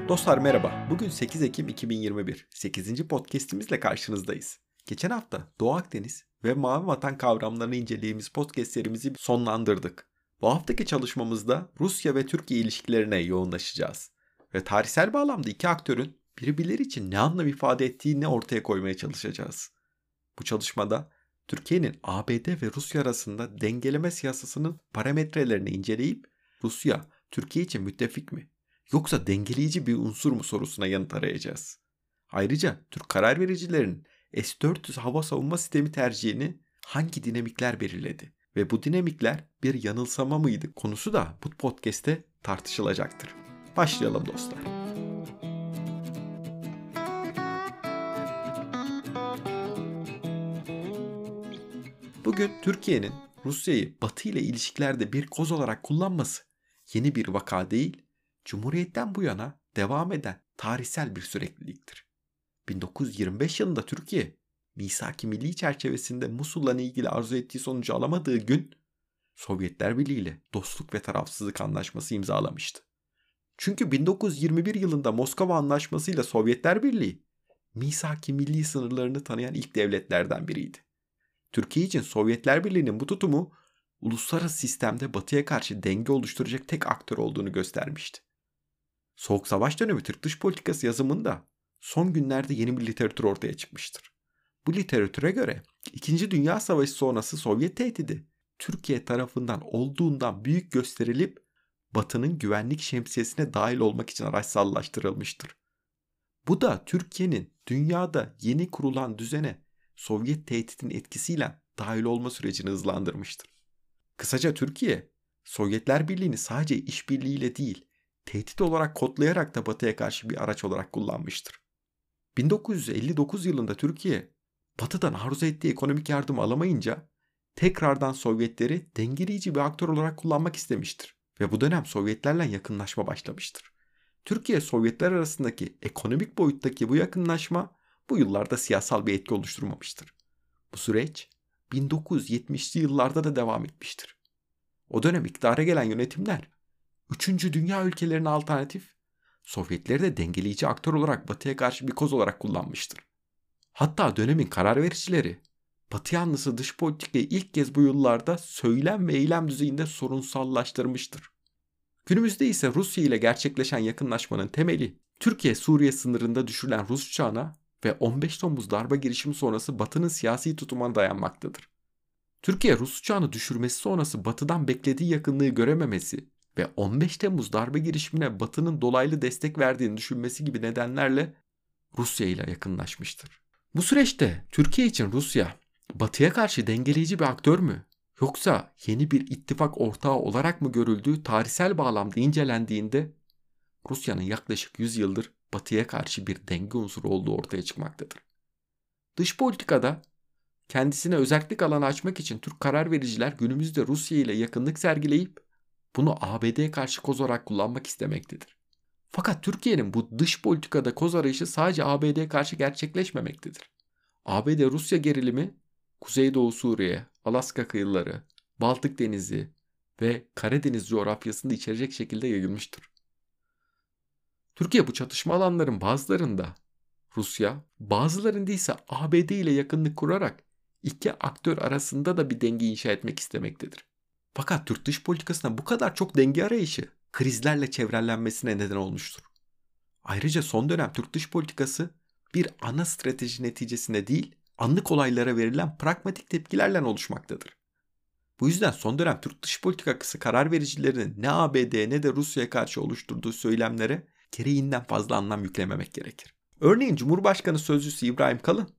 Dostlar merhaba. Bugün 8 Ekim 2021. 8. podcast'imizle karşınızdayız. Geçen hafta Doğu Akdeniz ve Mavi Vatan kavramlarını incelediğimiz podcast serimizi sonlandırdık. Bu haftaki çalışmamızda Rusya ve Türkiye ilişkilerine yoğunlaşacağız. Ve tarihsel bağlamda iki aktörün birbirleri için ne anlam ifade ettiğini ortaya koymaya çalışacağız. Bu çalışmada Türkiye'nin ABD ve Rusya arasında dengeleme siyasasının parametrelerini inceleyip Rusya, Türkiye için müttefik mi? Yoksa dengeleyici bir unsur mu sorusuna yanıt arayacağız. Ayrıca Türk karar vericilerinin S-400 hava savunma sistemi tercihini hangi dinamikler belirledi ve bu dinamikler bir yanılsama mıydı konusu da bu podcast'te tartışılacaktır. Başlayalım dostlar. Bugün Türkiye'nin Rusya'yı Batı ile ilişkilerde bir koz olarak kullanması yeni bir vaka değil, Cumhuriyet'ten bu yana devam eden tarihsel bir sürekliliktir. 1925 yılında Türkiye, Misak-ı Milli çerçevesinde Musul'la ilgili arzu ettiği sonucu alamadığı gün, Sovyetler Birliği ile Dostluk ve Tarafsızlık Anlaşması imzalamıştı. Çünkü 1921 yılında Moskova Anlaşması ile Sovyetler Birliği, Misak-ı Milli sınırlarını tanıyan ilk devletlerden biriydi. Türkiye için Sovyetler Birliği'nin bu tutumu, uluslararası sistemde Batı'ya karşı denge oluşturacak tek aktör olduğunu göstermişti. Soğuk Savaş dönemi Türk dış politikası yazımında son günlerde yeni bir literatür ortaya çıkmıştır. Bu literatüre göre 2. Dünya Savaşı sonrası Sovyet tehdidi Türkiye tarafından olduğundan büyük gösterilip Batı'nın güvenlik şemsiyesine dahil olmak için araçsallaştırılmıştır. Bu da Türkiye'nin dünyada yeni kurulan düzene Sovyet tehdidinin etkisiyle dahil olma sürecini hızlandırmıştır. Kısaca Türkiye, Sovyetler Birliği'ni sadece işbirliğiyle değil, tehdit olarak kodlayarak da Batı'ya karşı bir araç olarak kullanmıştır. 1959 yılında Türkiye, Batı'dan arzu ettiği ekonomik yardım alamayınca tekrardan Sovyetleri dengeleyici bir aktör olarak kullanmak istemiştir ve bu dönem Sovyetlerle yakınlaşma başlamıştır. Türkiye, Sovyetler arasındaki ekonomik boyuttaki bu yakınlaşma bu yıllarda siyasal bir etki oluşturmamıştır. Bu süreç 1970'li yıllarda da devam etmiştir. O dönem iktidara gelen yönetimler 3. Dünya ülkelerine alternatif, Sovyetleri de dengeleyici aktör olarak Batı'ya karşı bir koz olarak kullanmıştır. Hatta dönemin karar vericileri, Batı yanlısı dış politikayı ilk kez bu yıllarda söylem ve eylem düzeyinde sorunsallaştırmıştır. Günümüzde ise Rusya ile gerçekleşen yakınlaşmanın temeli, Türkiye-Suriye sınırında düşürülen Rus uçağına ve 15 Temmuz darbe girişimi sonrası Batı'nın siyasi tutumuna dayanmaktadır. Türkiye, Rus uçağını düşürmesi sonrası Batı'dan beklediği yakınlığı görememesi ve 15 Temmuz darbe girişimine Batı'nın dolaylı destek verdiğini düşünmesi gibi nedenlerle Rusya ile yakınlaşmıştır. Bu süreçte Türkiye için Rusya, Batı'ya karşı dengeleyici bir aktör mü, yoksa yeni bir ittifak ortağı olarak mı görüldüğü tarihsel bağlamda incelendiğinde Rusya'nın yaklaşık 100 yıldır Batı'ya karşı bir denge unsuru olduğu ortaya çıkmaktadır. Dış politikada kendisine özellik alanı açmak için Türk karar vericiler günümüzde Rusya ile yakınlık sergileyip bunu ABD'ye karşı koz olarak kullanmak istemektedir. Fakat Türkiye'nin bu dış politikada koz arayışı sadece ABD'ye karşı gerçekleşmemektedir. ABD-Rusya gerilimi Kuzeydoğu Suriye, Alaska kıyıları, Baltık Denizi ve Karadeniz coğrafyasında içerecek şekilde yayılmıştır. Türkiye bu çatışma alanların bazılarında Rusya, bazılarında ise ABD ile yakınlık kurarak iki aktör arasında da bir denge inşa etmek istemektedir. Fakat Türk dış politikasına bu kadar çok denge arayışı krizlerle çevrelenmesine neden olmuştur. Ayrıca son dönem Türk dış politikası bir ana strateji neticesinde değil, anlık olaylara verilen pragmatik tepkilerle oluşmaktadır. Bu yüzden son dönem Türk dış politikası karar vericilerinin ne ABD ne de Rusya'ya karşı oluşturduğu söylemlere gereğinden fazla anlam yüklememek gerekir. Örneğin Cumhurbaşkanı Sözcüsü İbrahim Kalın,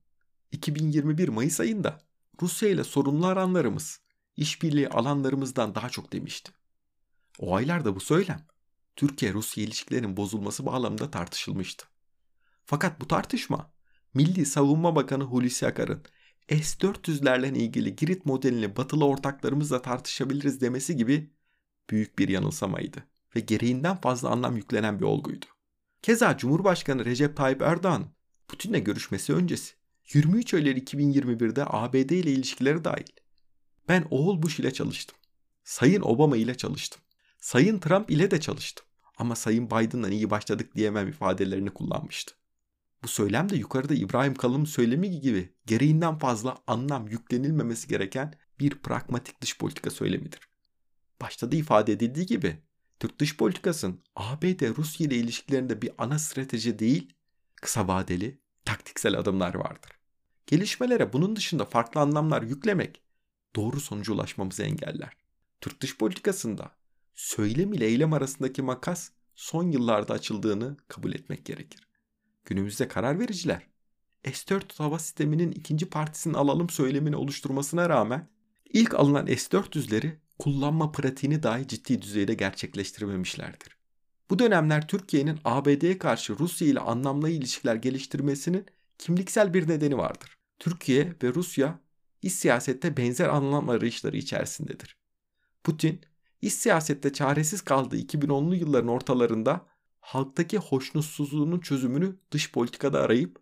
2021 Mayıs ayında Rusya ile sorunlu aranlarımız, işbirliği alanlarımızdan daha çok demişti. O aylarda bu söylem, Türkiye-Rusya ilişkilerinin bozulması bağlamında tartışılmıştı. Fakat bu tartışma, Milli Savunma Bakanı Hulusi Akar'ın S-400'lerle ilgili Girit modelini batılı ortaklarımızla tartışabiliriz demesi gibi büyük bir yanılsamaydı ve gereğinden fazla anlam yüklenen bir olguydu. Keza Cumhurbaşkanı Recep Tayyip Erdoğan, Putin'le görüşmesi öncesi 23 Eylül 2021'de ABD ile ilişkileri dahil ben oğul Bush ile çalıştım. Sayın Obama ile çalıştım. Sayın Trump ile de çalıştım. ama Sayın Biden'dan iyi başladık diyemem ifadelerini kullanmıştı. Bu söylem de yukarıda İbrahim Kalın'ın söylemi gibi gereğinden fazla anlam yüklenilmemesi gereken bir pragmatik dış politika söylemidir. Başta da ifade edildiği gibi Türk dış politikasının ABD-Rusya ile ilişkilerinde bir ana strateji değil, kısa vadeli, taktiksel adımlar vardır. Gelişmelere bunun dışında farklı anlamlar yüklemek doğru sonuca ulaşmamızı engeller. Türk dış politikasında söylem ile eylem arasındaki makas son yıllarda açıldığını kabul etmek gerekir. Günümüzde karar vericiler S-400 hava sisteminin ikinci partisini alalım söylemini oluşturmasına rağmen ilk alınan S-400'leri kullanma pratiğini dahi ciddi düzeyde gerçekleştirmemişlerdir. Bu dönemler Türkiye'nin ABD'ye karşı Rusya ile anlamlı ilişkiler geliştirmesinin kimliksel bir nedeni vardır. Türkiye ve Rusya iç siyasette benzer anlam arayışları içerisindedir. Putin, iç siyasette çaresiz kaldığı 2010'lu yılların ortalarında halktaki hoşnutsuzluğunun çözümünü dış politikada arayıp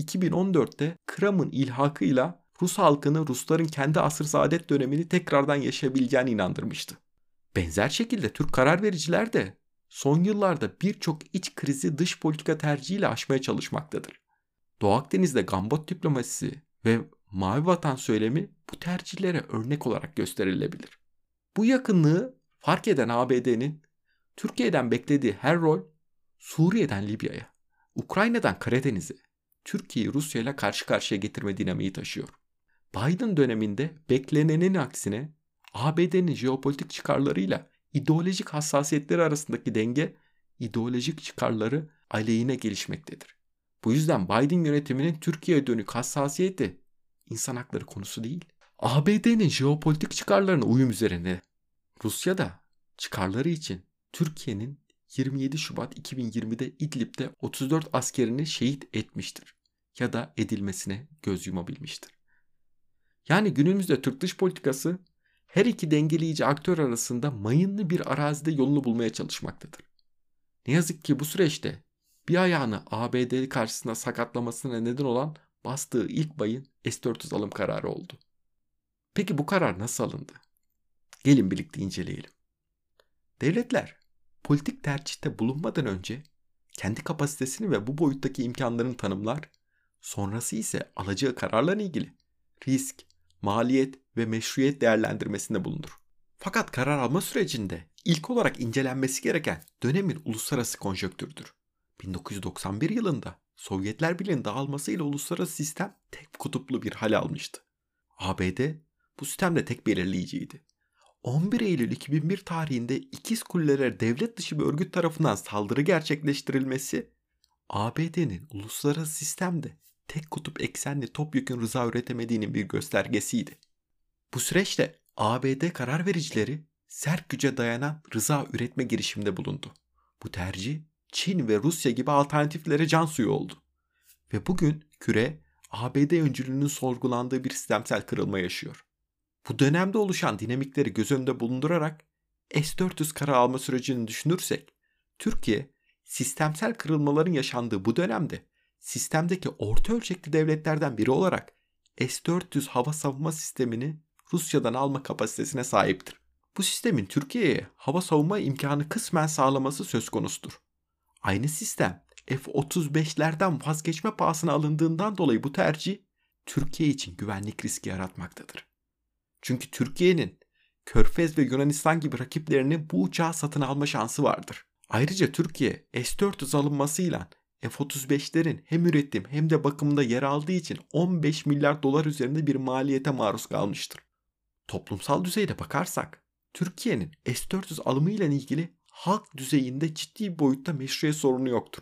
2014'te Kırım'ın ilhakıyla Rus halkını Rusların kendi asır saadet dönemini tekrardan yaşayabileceğine inandırmıştı. Benzer şekilde Türk karar vericiler de son yıllarda birçok iç krizi dış politika tercihiyle aşmaya çalışmaktadır. Doğu Akdeniz'de gambot diplomasisi ve Mavi Vatan söylemi bu tercihlere örnek olarak gösterilebilir. Bu yakınlığı fark eden ABD'nin Türkiye'den beklediği her rol Suriye'den Libya'ya, Ukrayna'dan Karadeniz'e, Türkiye'yi Rusya ile karşı karşıya getirme dinamiği taşıyor. Biden döneminde beklenenin aksine ABD'nin jeopolitik çıkarlarıyla ideolojik hassasiyetleri arasındaki denge ideolojik çıkarları aleyhine gelişmektedir. Bu yüzden Biden yönetiminin Türkiye'ye dönük hassasiyeti insan hakları konusu değil. ABD'nin jeopolitik çıkarlarına uyum üzerine Rusya da çıkarları için Türkiye'nin 27 Şubat 2020'de İdlib'de 34 askerini şehit etmiştir ya da edilmesine göz yumabilmiştir. Yani günümüzde Türk dış politikası her iki dengeleyici aktör arasında mayınlı bir arazide yolunu bulmaya çalışmaktadır. Ne yazık ki bu süreçte bir ayağını ABD karşısında sakatlamasına neden olan bastığı ilk bayın S-400 alım kararı oldu. Peki bu karar nasıl alındı? Gelin birlikte inceleyelim. Devletler politik tercihte bulunmadan önce kendi kapasitesini ve bu boyuttaki imkanlarını tanımlar, sonrası ise alacağı kararlarla ilgili risk, maliyet ve meşruiyet değerlendirmesinde bulunur. Fakat karar alma sürecinde ilk olarak incelenmesi gereken dönemin uluslararası konjonktürüdür. 1991 yılında Sovyetler Birliği'nin dağılmasıyla uluslararası sistem tek kutuplu bir hal almıştı. ABD bu sistemde tek belirleyiciydi. 11 Eylül 2001 tarihinde İkiz Kulelere devlet dışı bir örgüt tarafından saldırı gerçekleştirilmesi, ABD'nin uluslararası sistemde tek kutup eksenli topyekün rıza üretemediğinin bir göstergesiydi. Bu süreçte ABD karar vericileri sert güce dayanan rıza üretme girişiminde bulundu. Bu tercih Çin ve Rusya gibi alternatiflere can suyu oldu. Ve bugün küre ABD öncülüğünün sorgulandığı bir sistemsel kırılma yaşıyor. Bu dönemde oluşan dinamikleri göz önünde bulundurarak S-400 karar alma sürecini düşünürsek, Türkiye sistemsel kırılmaların yaşandığı bu dönemde sistemdeki orta ölçekli devletlerden biri olarak S-400 hava savunma sistemini Rusya'dan alma kapasitesine sahiptir. Bu sistemin Türkiye'ye hava savunma imkanı kısmen sağlaması söz konusudur. Aynı sistem F-35'lerden vazgeçme pahasına alındığından dolayı bu tercih Türkiye için güvenlik riski yaratmaktadır. Çünkü Türkiye'nin Körfez ve Yunanistan gibi rakiplerinin bu uçağı satın alma şansı vardır. Ayrıca Türkiye S-400 alınmasıyla F-35'lerin hem üretim hem de bakımında yer aldığı için 15 milyar dolar üzerinde bir maliyete maruz kalmıştır. Toplumsal düzeyde bakarsak Türkiye'nin S-400 alımı ile ilgili halk düzeyinde ciddi bir boyutta meşruiyet sorunu yoktur.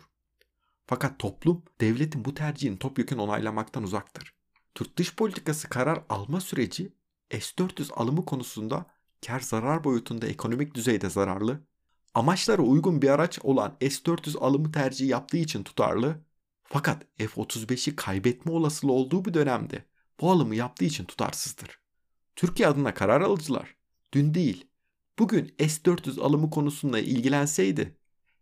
Fakat toplum devletin bu tercihini topyekun onaylamaktan uzaktır. Türk dış politikası karar alma süreci S-400 alımı konusunda kar zarar boyutunda ekonomik düzeyde zararlı, amaçlara uygun bir araç olan S-400 alımı tercihi yaptığı için tutarlı, fakat F-35'i kaybetme olasılığı olduğu bir dönemde bu alımı yaptığı için tutarsızdır. Türkiye adına karar alıcılar dün değil, bugün S-400 alımı konusunda ilgilenseydi,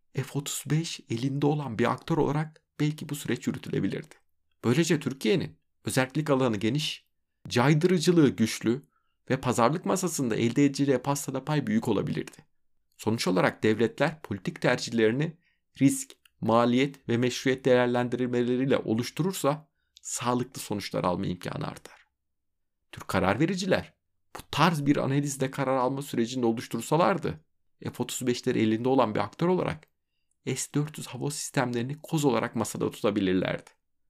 F-35 elinde olan bir aktör olarak belki bu süreç yürütülebilirdi. Böylece Türkiye'nin özellik alanı geniş, caydırıcılığı güçlü ve pazarlık masasında elde edeceği pastada pay büyük olabilirdi. Sonuç olarak devletler politik tercihlerini risk, maliyet ve meşruiyet değerlendirmeleriyle oluşturursa sağlıklı sonuçlar alma imkanı artar. Türk karar vericiler bu tarz bir analizle karar alma sürecini oluştursalardı, F-35'leri elinde olan bir aktör olarak S-400 hava sistemlerini koz olarak masada tutabilirlerdi.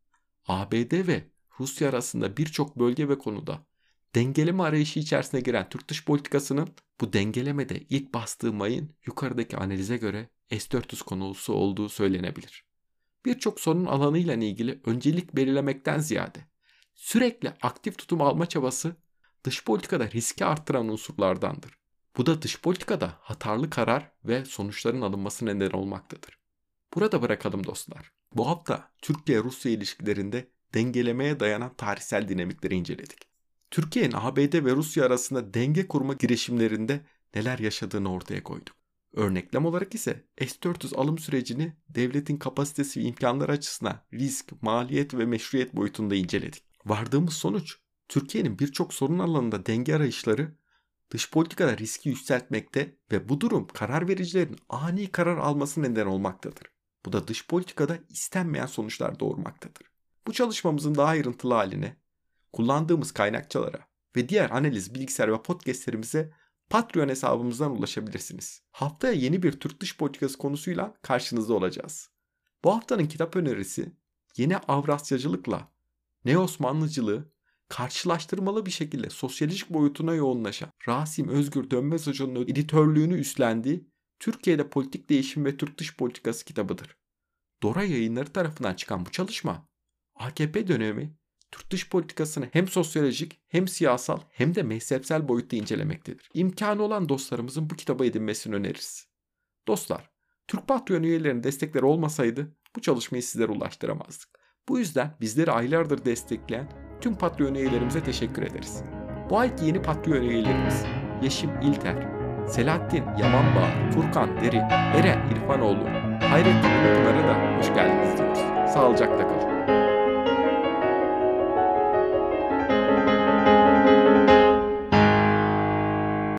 ABD ve Rusya arasında birçok bölge ve konuda dengeleme arayışı içerisine giren Türk dış politikasının bu dengelemede ilk bastığı mayın yukarıdaki analize göre S-400 konusu olduğu söylenebilir. Birçok sorun alanıyla ilgili öncelik belirlemekten ziyade sürekli aktif tutum alma çabası dış politikada riski arttıran unsurlardandır. Bu da dış politikada hatalı karar ve sonuçların alınmasına neden olmaktadır. Burada bırakalım dostlar. Bu hafta Türkiye-Rusya ilişkilerinde dengelemeye dayanan tarihsel dinamikleri inceledik. Türkiye'nin ABD ve Rusya arasında denge kurma girişimlerinde neler yaşadığını ortaya koyduk. Örneklem olarak ise S-400 alım sürecini devletin kapasitesi ve imkanları açısından risk, maliyet ve meşruiyet boyutunda inceledik. Vardığımız sonuç, Türkiye'nin birçok sorun alanında denge arayışları dış politikada riski yükseltmekte ve bu durum karar vericilerin ani karar alması neden olmaktadır. Bu da dış politikada istenmeyen sonuçlar doğurmaktadır. Bu çalışmamızın daha ayrıntılı haline, kullandığımız kaynakçalara ve diğer analiz, bilgisayar ve podcastlerimize Patreon hesabımızdan ulaşabilirsiniz. Haftaya yeni bir Türk dış politikası konusuyla karşınızda olacağız. Bu haftanın kitap önerisi yeni Avrasyacılıkla Neo-Osmanlıcılığı karşılaştırmalı bir şekilde sosyolojik boyutuna yoğunlaşan Rasim Özgür Dönmez Hoca'nın editörlüğünü üstlendiği Türkiye'de Politik Değişim ve Türk Dış Politikası kitabıdır. Dora Yayınları tarafından çıkan bu çalışma, AKP dönemi Türk dış politikasını hem sosyolojik hem siyasal hem de mezhepsel boyutta incelemektedir. İmkanı olan dostlarımızın bu kitabı edinmesini öneririz. Dostlar, Türk Patreon üyelerinin destekleri olmasaydı bu çalışmayı sizlere ulaştıramazdık. Bu yüzden bizleri aylardır destekleyen tüm Patreon üyelerimize teşekkür ederiz. Bu ayki yeni Patreon üyelerimiz Yeşim İlter, Selahattin Yamanbağ, Furkan Deri, Eren İrfanoğlu, Hayrettin Pınar'a da hoş geldiniz diyoruz. Sağlıcakla kalın.